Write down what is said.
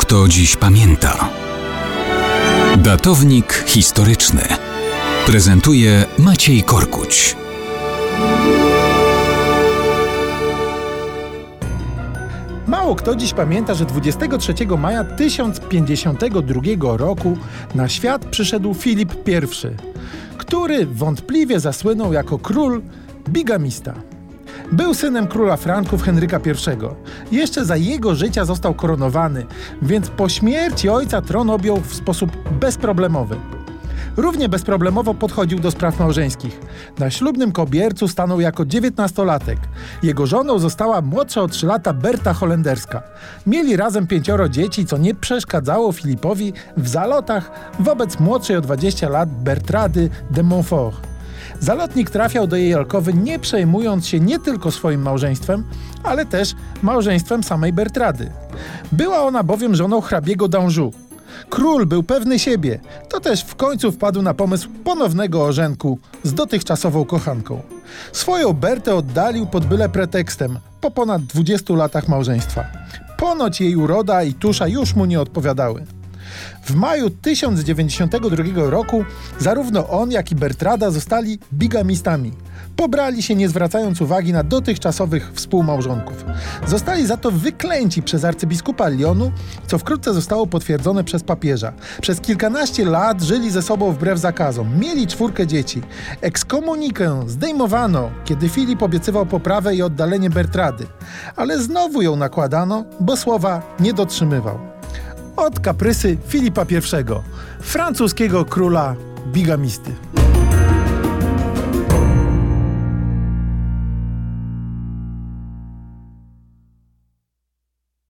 kto dziś pamięta. Datownik historyczny prezentuje Maciej Korkuć. Mało kto dziś pamięta, że 23 maja 1052 roku na świat przyszedł Filip I, który wątpliwie zasłynął jako król bigamista. Był synem króla Franków Henryka I. Jeszcze za jego życia został koronowany, więc po śmierci ojca tron objął w sposób bezproblemowy. Równie bezproblemowo podchodził do spraw małżeńskich. Na ślubnym kobiercu stanął jako 19-latek. Jego żoną została młodsza o 3 lata Berta Holenderska. Mieli razem 5 dzieci, co nie przeszkadzało Filipowi w zalotach wobec młodszej o 20 lat Bertrady de Montfort. Zalotnik trafiał do jej alkowy, nie przejmując się nie tylko swoim małżeństwem, ale też małżeństwem samej Bertrady. Była ona bowiem żoną hrabiego d'Anjou. Król był pewny siebie, to też w końcu wpadł na pomysł ponownego ożenku z dotychczasową kochanką. Swoją Bertę oddalił pod byle pretekstem, po ponad 20 latach małżeństwa. Ponoć jej uroda i tusza już mu nie odpowiadały. W maju 1092 roku zarówno on, jak i Bertrada zostali bigamistami. Pobrali się, nie zwracając uwagi na dotychczasowych współmałżonków. Zostali za to wyklęci przez arcybiskupa Lyonu, co wkrótce zostało potwierdzone przez papieża. Przez kilkanaście lat żyli ze sobą wbrew zakazom. Mieli 4 dzieci. Ekskomunikę zdejmowano, kiedy Filip obiecywał poprawę i oddalenie Bertrady. Ale znowu ją nakładano, bo słowa nie dotrzymywał. Od kaprysy Filipa I, francuskiego króla bigamisty.